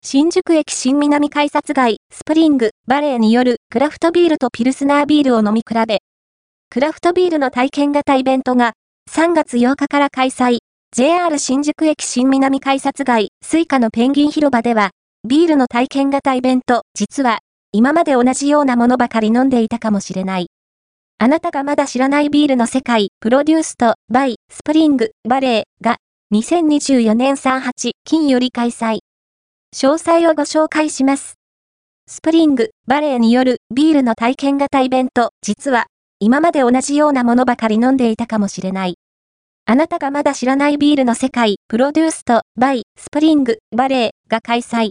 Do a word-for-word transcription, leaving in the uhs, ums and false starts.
新宿駅新南改札街、スプリング、バレーによるクラフトビールとピルスナービールを飲み比べ。クラフトビールの体験型イベントがさんがつようかから開催。ジェイアール 新宿駅新南改札街、スイカのペンギン広場では、ビールの体験型イベント、実は、今まで同じようなものばかり飲んでいたかもしれない。あなたがまだ知らないビールの世界、プロデュースと、バイ、スプリング、バレーが、にせんにじゅうよねんさんがつ金より開催。詳細をご紹介します。スプリング、バレーによるビールの体験型イベント、実は、今まで同じようなものばかり飲んでいたかもしれない。あなたがまだ知らないビールの世界、プロデュースと、バイ、スプリング、バレーが開催。